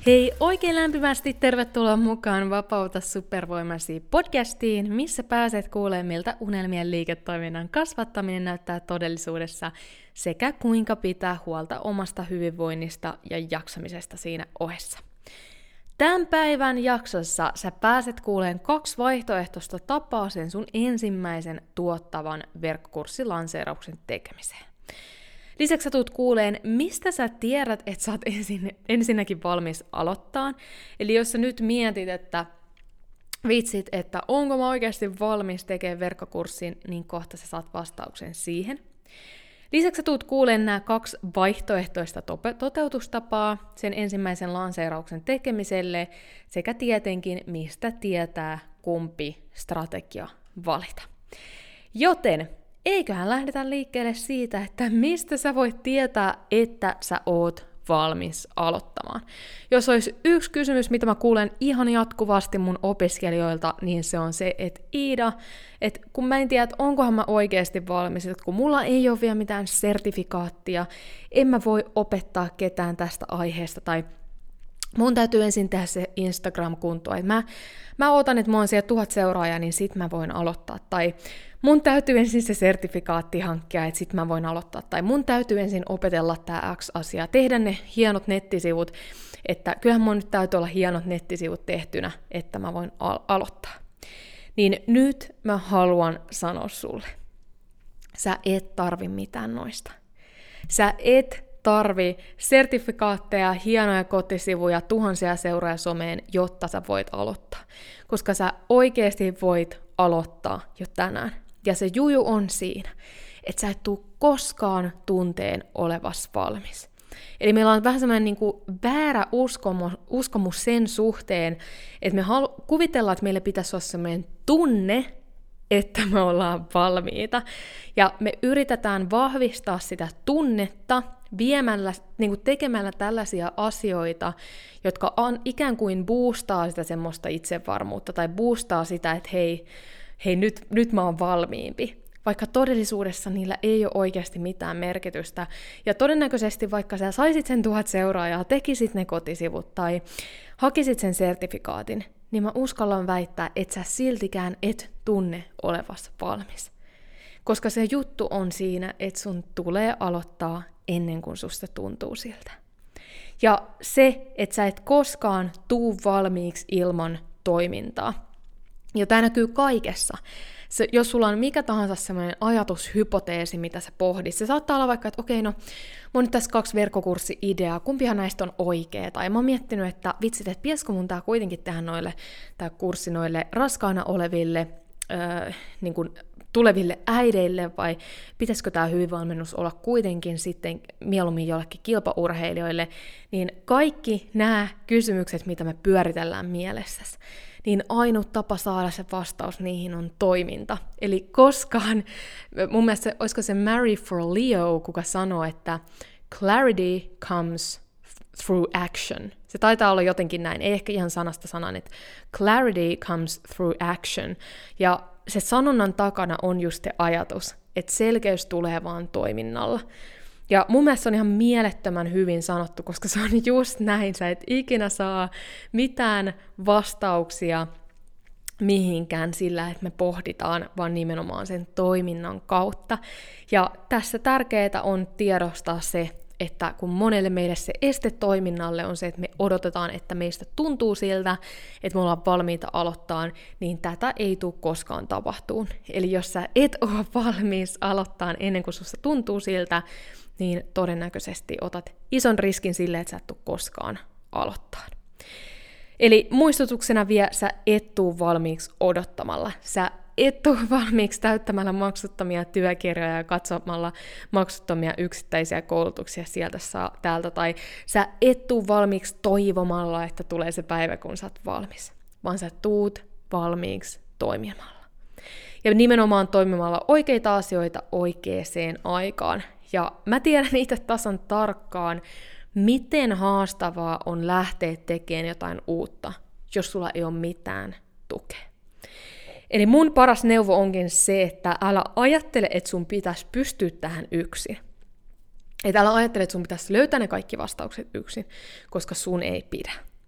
Hei, oikein lämpimästi tervetuloa mukaan Vapauta supervoimasi podcastiin, missä pääset kuulemaan, miltä unelmien liiketoiminnan kasvattaminen näyttää todellisuudessa sekä kuinka pitää huolta omasta hyvinvoinnista ja jaksamisesta siinä ohessa. Tämän päivän jaksossa sä pääset kuulemaan 2 vaihtoehtoista tapaa sen sun ensimmäisen tuottavan verkkokurssilanseerauksen tekemiseen. Lisäksi sä tulet kuuleen, mistä sä tiedät, että sä oot ensinnäkin valmis aloittaa. Eli jos sä nyt mietit, että vitsit, että onko mä oikeasti valmis tekemään verkkokurssin, niin kohta sä saat vastauksen siihen. Lisäksi sä tulet kuuleen nämä 2 vaihtoehtoista toteutustapaa sen ensimmäisen lanseerauksen tekemiselle, sekä tietenkin, mistä tietää, kumpi strategia valita. Joten eiköhän lähdetä liikkeelle siitä, että mistä sä voit tietää, että sä oot valmis aloittamaan. Jos olisi yksi kysymys, mitä mä kuulen ihan jatkuvasti mun opiskelijoilta, niin se on se, että Iida, että kun mä en tiedä, että onkohan mä oikeasti valmis, että kun mulla ei ole vielä mitään sertifikaattia, en mä voi opettaa ketään tästä aiheesta, tai mun täytyy ensin tehdä se Instagram-kunto, että mä otan, että mä oon siellä 1000 seuraajaa, niin sit mä voin aloittaa, tai mun täytyy ensin se sertifikaatti hankkia, että sit mä voin aloittaa, tai mun täytyy ensin opetella tää X-asia, tehdä ne hienot nettisivut, että kyllähän mun nyt täytyy olla hienot nettisivut tehtynä, että mä voin aloittaa. Niin nyt mä haluan sanoa sulle, sä et tarvi mitään noista. Sä et tarvi sertifikaatteja, hienoja kotisivuja, tuhansia seuraajia someen, jotta sä voit aloittaa. Koska sä oikeasti voit aloittaa jo tänään. Ja se juju on siinä, että sä et tuu koskaan tunteen olevas valmis. Eli meillä on vähän semmoinen niin kuin väärä uskomus sen suhteen, että me kuvitellaan, että meille pitäisi olla semmoinen tunne, että me ollaan valmiita. Ja me yritetään vahvistaa sitä tunnetta viemällä, niin kuin tekemällä tällaisia asioita, jotka ikään kuin boostaa sitä semmoista itsevarmuutta tai boostaa sitä, että hei nyt mä oon valmiimpi. Vaikka todellisuudessa niillä ei ole oikeasti mitään merkitystä. Ja todennäköisesti vaikka sä saisit sen 1000 seuraajaa, tekisit ne kotisivut tai hakisit sen sertifikaatin, niin mä uskallan väittää, että sä siltikään et tunne olevas valmis. Koska se juttu on siinä, että sun tulee aloittaa ennen kuin susta tuntuu siltä. Ja se, että sä et koskaan tuu valmiiksi ilman toimintaa. Ja tämä näkyy kaikessa. Jos sulla on mikä tahansa sellainen ajatushypoteesi, mitä sä pohdit, se saattaa olla vaikka, että okei, no, mulla on nyt tässä 2 verkkokurssi-ideaa, kumpihan näistä on oikea, tai mä oon miettinyt, että vitsit, että pitäisikö mun tää kuitenkin tehdä tää kurssi noille raskaana oleville, niin kuin tuleville äideille, vai pitäisikö tämä hyvinvalmennus olla kuitenkin sitten mieluummin jollekin kilpaurheilijoille, niin kaikki nämä kysymykset, mitä me pyöritellään mielessäsi, niin ainut tapa saada se vastaus niihin on toiminta. Eli koskaan, mun mielestä olisiko se Mary Forleo, kuka sanoo, että clarity comes through action. Se taitaa olla jotenkin näin, ei ehkä ihan sanasta sanan, että clarity comes through action. Ja se sanonnan takana on just se ajatus, että selkeys tulee vaan toiminnalla. Ja mun mielestä se on ihan mielettömän hyvin sanottu, koska se on just näin, sä et ikinä saa mitään vastauksia mihinkään sillä, että me pohditaan, vaan nimenomaan sen toiminnan kautta. Ja tässä tärkeää on tiedostaa se, että kun monelle meille se este toiminnalle on se, että me odotetaan, että meistä tuntuu siltä, että me ollaan valmiita aloittaa, niin tätä ei tule koskaan tapahtuun. Eli jos sä et ole valmis aloittaa ennen kuin susta tuntuu siltä, niin todennäköisesti otat ison riskin sille, että sä et tule koskaan aloittaa. Eli muistutuksena vielä, sä et tuu valmiiksi odottamalla. Sä et tuu valmiiksi täyttämällä maksuttomia työkirjoja ja katsomalla maksuttomia yksittäisiä koulutuksia täältä, tai sä et tuu valmiiksi toivomalla, että tulee se päivä, kun sä oot valmis, vaan sä tuut valmiiksi toimimalla. Ja nimenomaan toimimalla oikeita asioita oikeaan aikaan. Ja mä tiedän itse tasan tarkkaan, miten haastavaa on lähteä tekemään jotain uutta, jos sulla ei ole mitään tukea. Eli mun paras neuvo onkin se, että älä ajattele, että sun pitäisi pystyä tähän yksin. Että älä ajattele, että sun pitäisi löytää ne kaikki vastaukset yksin, koska sun ei pidä.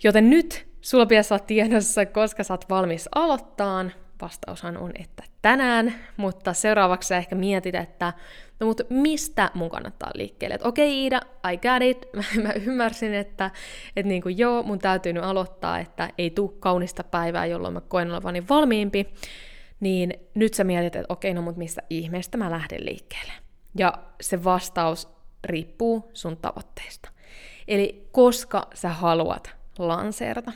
Joten nyt sulla pitäisi olla tiedossa, koska sä oot valmis aloittaa. Vastaushan on, että tänään, mutta seuraavaksi sä ehkä mietit, että no mutta mistä mun kannattaa liikkeelle? Että okei, Iida, I got it. Mä ymmärsin, että niin kuin joo, mun täytyy nyt aloittaa, että ei tule kaunista päivää, jolloin mä koen olevani valmiimpi. Niin nyt sä mietit, että okei, no mutta mistä ihmeestä mä lähden liikkeelle? Ja se vastaus riippuu sun tavoitteista. Eli koska sä haluat lanseerata.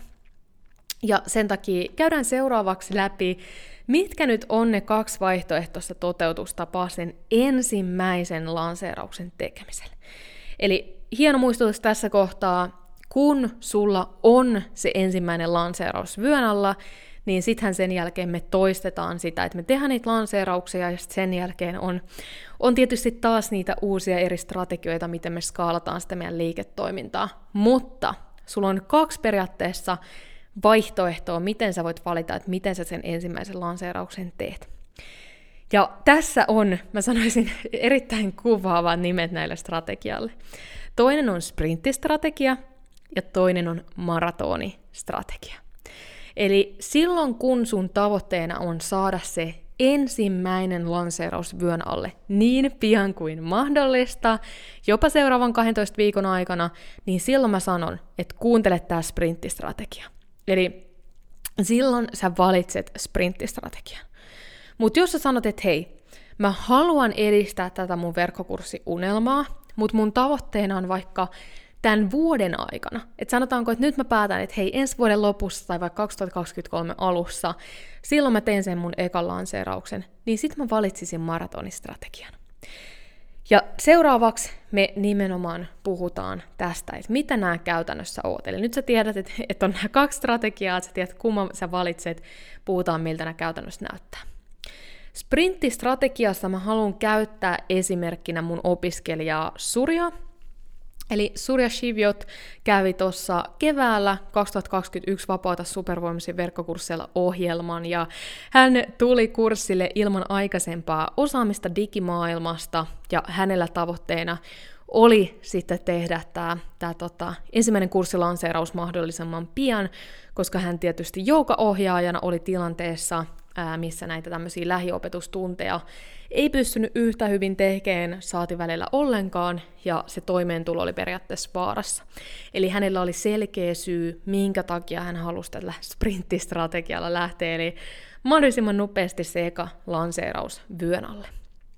Ja sen takia käydään seuraavaksi läpi, mitkä nyt on ne 2 vaihtoehtoista toteutustapaa sen ensimmäisen lanseerauksen tekemiselle. Eli hieno muistutus tässä kohtaa, kun sulla on se ensimmäinen lanseeraus vyön alla, niin sittenhän sen jälkeen me toistetaan sitä, että me tehdään niitä lanseerauksia, ja sen jälkeen on tietysti taas niitä uusia eri strategioita, miten me skaalataan sitä meidän liiketoimintaa. Mutta sulla on 2 periaatteessa vaihtoehtoa, miten sä voit valita, että miten sä sen ensimmäisen lanseerauksen teet. Ja tässä on, mä sanoisin, erittäin kuvaavat nimet näille strategialle. Toinen on sprinttistrategia ja toinen on maratonistrategia. Eli silloin, kun sun tavoitteena on saada se ensimmäinen lanseeraus vyön alle niin pian kuin mahdollista, jopa seuraavan 12 viikon aikana, niin silloin mä sanon, että kuuntele tää sprinttistrategia. Eli silloin sä valitset sprinttistrategian. Mutta jos sä sanot, että hei, mä haluan edistää tätä mun verkkokurssiunelmaa, mutta mun tavoitteena on vaikka tämän vuoden aikana, että sanotaanko, että nyt mä päätän, että hei, ensi vuoden lopussa tai vaikka 2023 alussa, silloin mä teen sen mun ekan lanseerauksen, niin sit mä valitsisin maratonistrategian. Ja seuraavaksi me nimenomaan puhutaan tästä, että mitä nämä käytännössä oot. Eli nyt sä tiedät, että on nämä 2 strategiaa, että sä tiedät, kumman sä valitset, puhutaan miltä nämä käytännössä näyttää. Sprinttistrategiassa mä haluan käyttää esimerkkinä mun opiskelijaa Surya. Eli Surya Shivyot kävi tuossa keväällä 2021 Vapauta supervoimasi verkkokursseilla -ohjelman, ja hän tuli kurssille ilman aikaisempaa osaamista digimaailmasta, ja hänellä tavoitteena oli sitten tehdä tämä ensimmäinen kurssilanseeraus mahdollisimman pian, koska hän tietysti joogaohjaajana oli tilanteessa, missä näitä tämmöisiä lähiopetustunteja ei pystynyt yhtä hyvin tekemään, saati välillä ollenkaan, ja se toimeentulo oli periaatteessa vaarassa. Eli hänellä oli selkeä syy, minkä takia hän halusi tällä sprinttistrategialla lähteä, eli mahdollisimman nopeasti se eka lanseeraus vyön alle.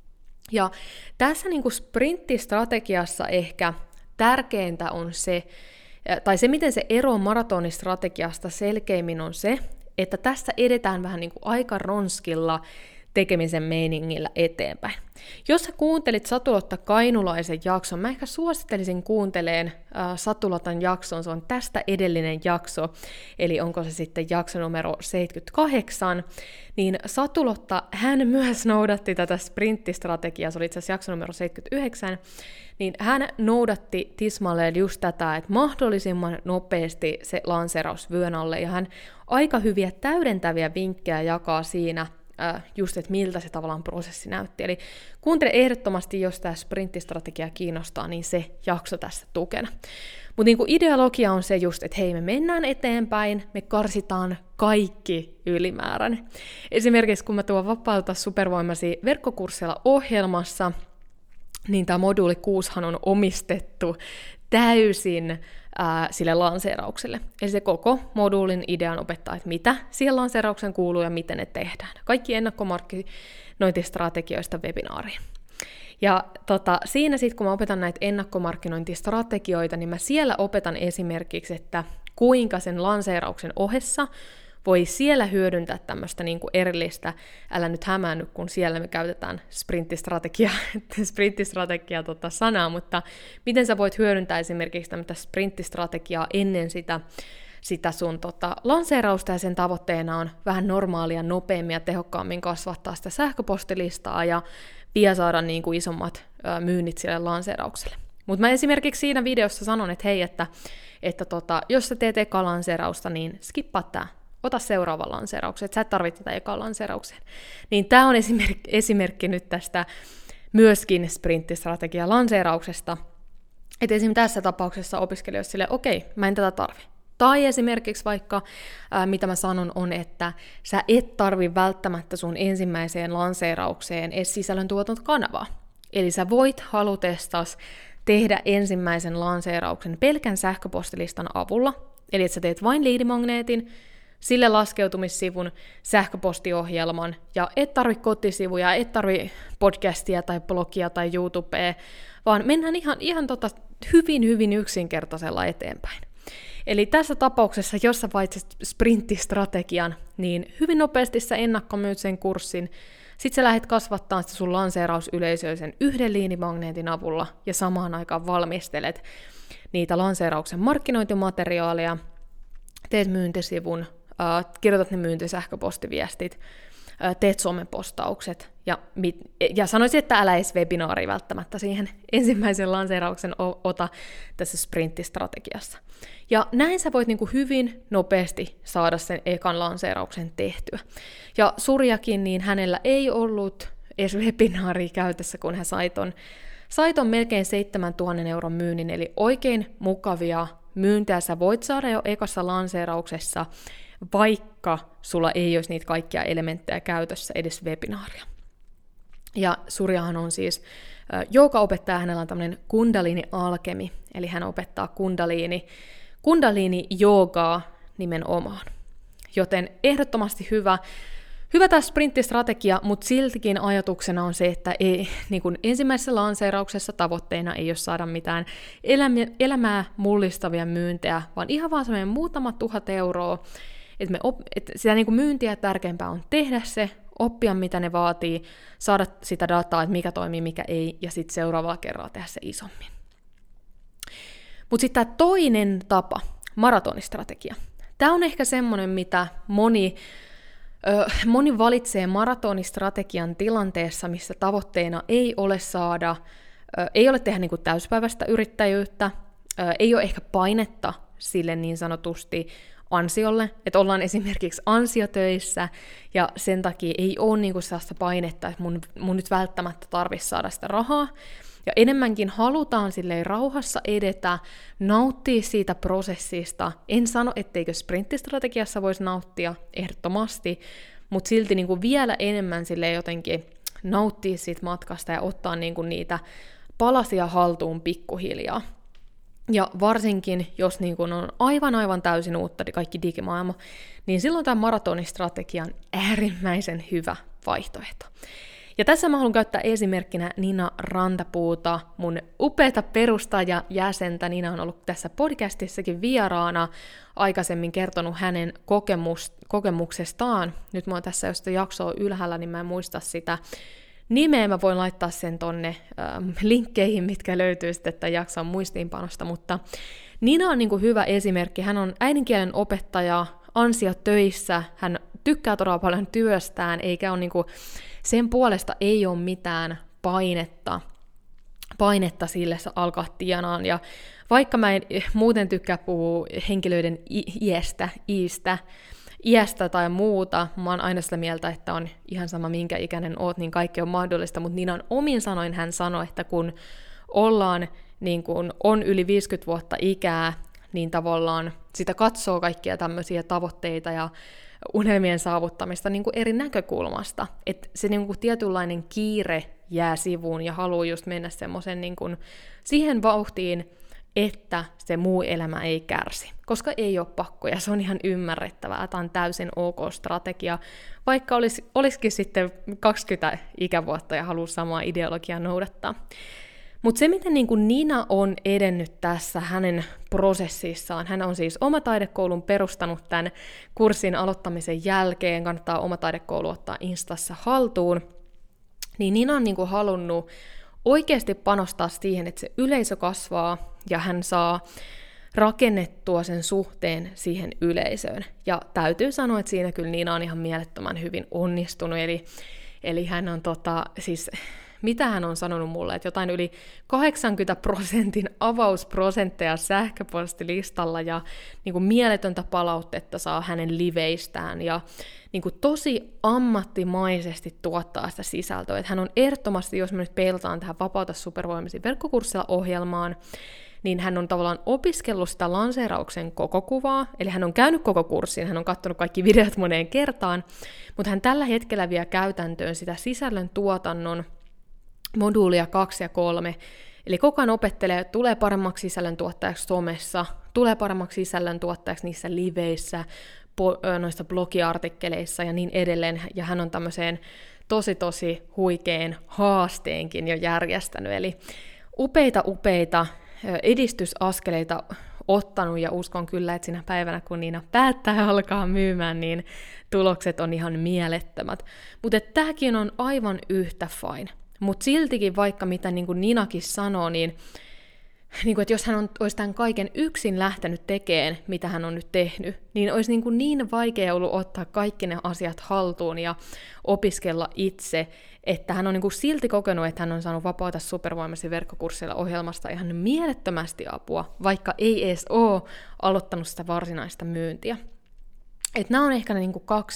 Ja tässä niin kuin sprinttistrategiassa ehkä tärkeintä on se, tai se miten se ero maratonistrategiasta selkeimmin on se, että tässä edetään vähän niin kuin aika ronskilla tekemisen meiningillä eteenpäin. Jos sä kuuntelit Satu-Lotta Kainulaisen jakson, mä ehkä suosittelisin kuunteleen Satu-Lotan jakson, se on tästä edellinen jakso, eli onko se sitten jakso numero 78, niin Satu-Lotta, hän myös noudatti tätä sprinttistrategiaa, se oli itse asiassa jakso numero 79, niin hän noudatti tismalleen just tätä, että mahdollisimman nopeasti se lanseeraus vyön alle, ja hän aika hyviä täydentäviä vinkkejä jakaa siinä, just, että miltä se tavallaan prosessi näytti. Eli kuuntele ehdottomasti, jos tämä sprinttistrategia kiinnostaa, niin se jakso tässä tukena. Mutta niinku ideologia on se just, että hei, me mennään eteenpäin, me karsitaan kaikki ylimääräinen. Esimerkiksi kun mä tuon Vapauta supervoimasi verkkokursseilla -ohjelmassa, niin tämä moduuli 6 on omistettu täysin sille lanseeraukselle. Eli se koko moduulin idea on opettaa, että mitä siihen lanseerauksen kuuluu ja miten ne tehdään. Kaikki ennakkomarkkinointistrategioista webinaariin. Ja siinä sitten, kun mä opetan näitä ennakkomarkkinointistrategioita, niin mä siellä opetan esimerkiksi, että kuinka sen lanseerauksen ohessa voi siellä hyödyntää tämmöistä niin kuin erillistä, älä nyt hämäänny, kun siellä me käytetään sprinttistrategia sanaa, mutta miten sä voit hyödyntää esimerkiksi tämmöistä sprinttistrategiaa ennen sitä sun lanseerausta, ja sen tavoitteena on vähän normaalia, nopeammin ja tehokkaammin kasvattaa sitä sähköpostilistaa ja vielä saada niin kuin isommat myynnit sille lanseeraukselle. Mutta mä esimerkiksi siinä videossa sanon, että hei, että jos sä teet eka lanseerausta, niin skippaa tää. Ota seuraava lanseerauksen, että sä et tarvitse tätä ekaan lanseeraukseen. Niin tämä on esimerkki nyt tästä myöskin sprinttistrategia lanseerauksesta. Että esimerkiksi tässä tapauksessa opiskelijoissa silleen, okei, mä en tätä tarvi. Tai esimerkiksi vaikka, mitä mä sanon, on, että sä et tarvi välttämättä sun ensimmäiseen lanseeraukseen edes sisällöntuotantokanavaa. Eli sä voit halutestas tehdä ensimmäisen lanseerauksen pelkän sähköpostilistan avulla, eli että sä teet vain liidimagneetin, sille laskeutumissivun, sähköpostiohjelman, ja et tarvi kotisivuja, et tarvi podcastia tai blogia tai YouTubea, vaan mennään ihan hyvin yksinkertaisella eteenpäin. Eli tässä tapauksessa, jos sä valitset sprinttistrategian, niin hyvin nopeasti sä ennakkomyyt sen kurssin, sit sä lähdet kasvattaa sitä sun lanseerausyleisöä sen yhden liinimagneetin avulla, ja samaan aikaan valmistelet niitä lanseerauksen markkinointimateriaaleja, teet myyntisivun, kirjoitat ne myyntisähköpostiviestit, teet somepostaukset, ja sanoisin, että älä edes webinaaria välttämättä siihen ensimmäisen lanseerauksen ota tässä sprinttistrategiassa. Ja näin sä voit hyvin nopeasti saada sen ekan lanseerauksen tehtyä. Ja Surjakin, niin hänellä ei ollut edes webinaaria käytössä, kun hän sai ton melkein 7 000 euron myynnin, eli oikein mukavia myyntejä sä voit saada jo ekassa lanseerauksessa, vaikka sulla ei olisi niitä kaikkia elementtejä käytössä edes webinaaria. Ja Surjahan on siis joogaopettaja, hänellä on tämmöinen kundalini-alkemi, eli hän opettaa kundalini-joogaa nimenomaan. Joten ehdottomasti hyvä tämä sprinttistrategia, mutta siltikin ajatuksena on se, että niin kuin ensimmäisessä lanseerauksessa tavoitteena ei ole saada mitään elämää mullistavia myyntejä, vaan ihan vaan semmoinen muutama 1000 euroa, että sitä niin kuin myyntiä tärkeämpää on tehdä se, oppia mitä ne vaatii, saada sitä dataa, että mikä toimii, mikä ei, ja sitten seuraavalla kerralla tehdä se isommin. Mutta sitten tämä toinen tapa, maratonistrategia. Tämä on ehkä semmoinen, mitä moni valitsee maratonistrategian tilanteessa, missä tavoitteena ei ole tehdä niin kuin täyspäiväistä yrittäjyyttä, ei ole ehkä painetta sille niin sanotusti ansiolle, että ollaan esimerkiksi ansiotöissä, ja sen takia ei ole niin kuin sellaista painetta, että mun nyt välttämättä tarvitsisi saada sitä rahaa, ja enemmänkin halutaan silleen rauhassa edetä, nauttia siitä prosessista. En sano, etteikö sprinttistrategiassa voisi nauttia ehdottomasti, mutta silti niin kuin vielä enemmän silleen jotenkin nauttia siitä matkasta ja ottaa niin kuin niitä palasia haltuun pikkuhiljaa. Ja varsinkin, jos niin kuin on aivan täysin uutta kaikki digimaailma, niin silloin tämä maratonistrategia on äärimmäisen hyvä vaihtoehto. Ja tässä mä haluan käyttää esimerkkinä Nina Rantapuuta, mun upeata perustajajäsentä. Nina on ollut tässä podcastissakin vieraana, aikaisemmin kertonut hänen kokemuksestaan. Nyt mulla on tässä jo sitä jaksoa ylhäällä, niin mä en muista sitä nimeä. Mä voin laittaa sen tonne linkkeihin, mitkä löytyy sitten tämän jakson muistiinpanosta. Mutta Nina on niin kuin hyvä esimerkki. Hän on äidinkielen opettaja, ansiotöissä. Hän tykkää todella paljon työstään, eikä ole niin kuin sen puolesta ei ole mitään painetta sille alkaa tienaan. Ja vaikka mä en muuten tykkää puhua henkilöiden iästä tai muuta, mä oon aina sitä mieltä, että on ihan sama minkä ikäinen oot, niin kaikki on mahdollista, mutta Ninan omin sanoin hän sanoi, että kun on yli 50 vuotta ikää, niin tavallaan sitä katsoo kaikkia tämmöisiä tavoitteita ja unelmien saavuttamista niin kuin eri näkökulmasta. Että se niin kuin tietynlainen kiire jää sivuun ja haluaa just mennä semmoisen niin kuin siihen vauhtiin, että se muu elämä ei kärsi. Koska ei ole pakko ja se on ihan ymmärrettävää. Tämä on täysin ok strategia, vaikka olisikin sitten 20 ikävuotta ja haluaa samaa ideologiaa noudattaa. Mutta se, miten niin kuin Nina on edennyt tässä hänen prosessissaan, hän on siis Oma taidekoulun perustanut tämän kurssin aloittamisen jälkeen, kannattaa Oma taidekoulu ottaa Instassa haltuun, niin Nina on niin kuin halunnut oikeasti panostaa siihen, että se yleisö kasvaa ja hän saa rakennettua sen suhteen siihen yleisöön. Ja täytyy sanoa, että siinä kyllä Nina on ihan mielettömän hyvin onnistunut, eli hän on siis mitä hän on sanonut mulle, että jotain yli 80% avausprosentteja sähköpostilistalla ja niin kuin mieletöntä palautetta saa hänen liveistään ja niin kuin tosi ammattimaisesti tuottaa sitä sisältöä. Että hän on ehdottomasti, jos me nyt peilataan tähän Vapauta supervoimasi verkkokurssilla ohjelmaan, niin hän on tavallaan opiskellut sitä lanseerauksen koko kuvaa, eli hän on käynyt koko kurssin, hän on katsonut kaikki videot moneen kertaan, mutta hän tällä hetkellä vie käytäntöön sitä sisällön tuotannon moduulia 2 ja 3, eli koko ajan opettelee, tulee paremmaksi sisällöntuottajaksi somessa, tulee paremmaksi sisällöntuottajaksi niissä liveissä, noissa blogiartikkeleissa ja niin edelleen, ja hän on tämmöiseen tosi huikean haasteenkin jo järjestänyt, eli upeita edistysaskeleita ottanut, ja uskon kyllä, että siinä päivänä, kun Niina päättää alkaa myymään, niin tulokset on ihan mielettömät. Mutta tämäkin on aivan yhtä fine. Mutta siltikin, vaikka mitä niin kuin Ninakin sanoo, niin että jos hän olisi tämän kaiken yksin lähtenyt tekemään, mitä hän on nyt tehnyt, niin olisi niin vaikea ollut ottaa kaikki ne asiat haltuun ja opiskella itse, että hän on silti kokenut, että hän on saanut Vapauta supervoimasi verkkokursseilla ohjelmasta ihan mielettömästi apua, vaikka ei edes ole aloittanut sitä varsinaista myyntiä. Että nämä on ehkä ne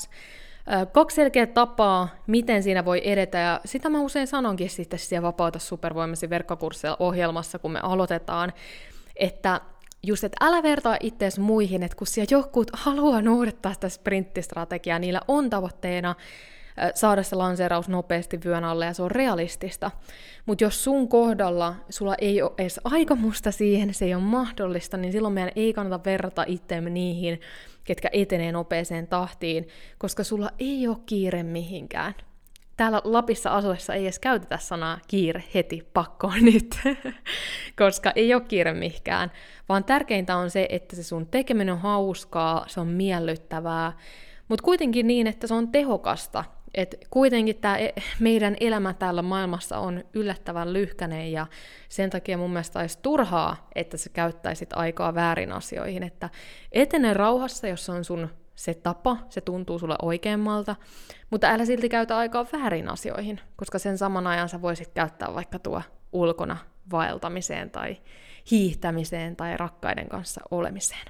kaksi selkeää tapaa, miten siinä voi edetä, ja sitä mä usein sanonkin sitten siellä Vapauta supervoimasi verkkokursseilla ohjelmassa, kun me aloitetaan, että just, että älä vertaa itseäsi muihin, että kun siellä jotkut haluaa noudattaa sitä sprinttistrategiaa, niillä on tavoitteena saada se lanseeraus nopeasti vyön alle, ja se on realistista. Mutta jos sun kohdalla sulla ei ole edes aikomusta siihen, se ei ole mahdollista, niin silloin meidän ei kannata verrata itseämme niihin, ketkä etenee nopeeseen tahtiin, koska sulla ei ole kiire mihinkään. Täällä Lapissa asuessa ei edes käytetä sanaa kiire heti, pakko nyt, koska ei ole kiire mihinkään, vaan tärkeintä on se, että se sun tekeminen on hauskaa, se on miellyttävää, mutta kuitenkin niin, että se on tehokasta. Et kuitenkin tämä meidän elämä täällä maailmassa on yllättävän lyhkäinen, ja sen takia mun mielestä olisi turhaa, että sä käyttäisit aikaa väärin asioihin. Että etene rauhassa, jos on sun se tapa, se tuntuu sulle oikeammalta, mutta älä silti käytä aikaa väärin asioihin, koska sen saman ajan sä voisit käyttää vaikka tuo ulkona vaeltamiseen tai hiihtämiseen tai rakkaiden kanssa olemiseen.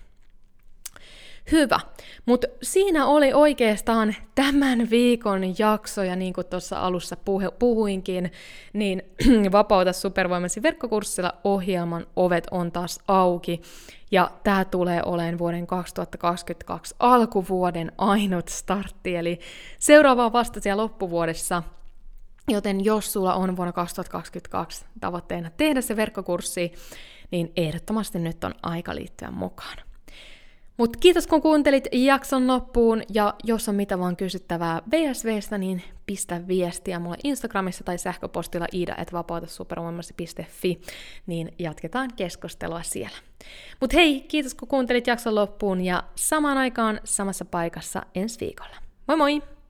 Hyvä, mutta siinä oli oikeastaan tämän viikon jakso, ja niin kuin tuossa alussa puhuinkin, niin Vapauta supervoimasi verkkokurssilla ohjelman ovet on taas auki, ja tämä tulee olemaan vuoden 2022 alkuvuoden ainut startti, eli seuraava on vasta siellä loppuvuodessa, joten jos sulla on vuonna 2022 tavoitteena tehdä se verkkokurssi, niin ehdottomasti nyt on aika liittyä mukaan. Mutta kiitos kun kuuntelit jakson loppuun, ja jos on mitä vaan kysyttävää VSVstä, niin pistä viestiä mulle Instagramissa tai sähköpostilla ida@vapautasupervoimasi.fi, niin jatketaan keskustelua siellä. Mut hei, kiitos kun kuuntelit jakson loppuun, ja samaan aikaan samassa paikassa ensi viikolla. Moi moi!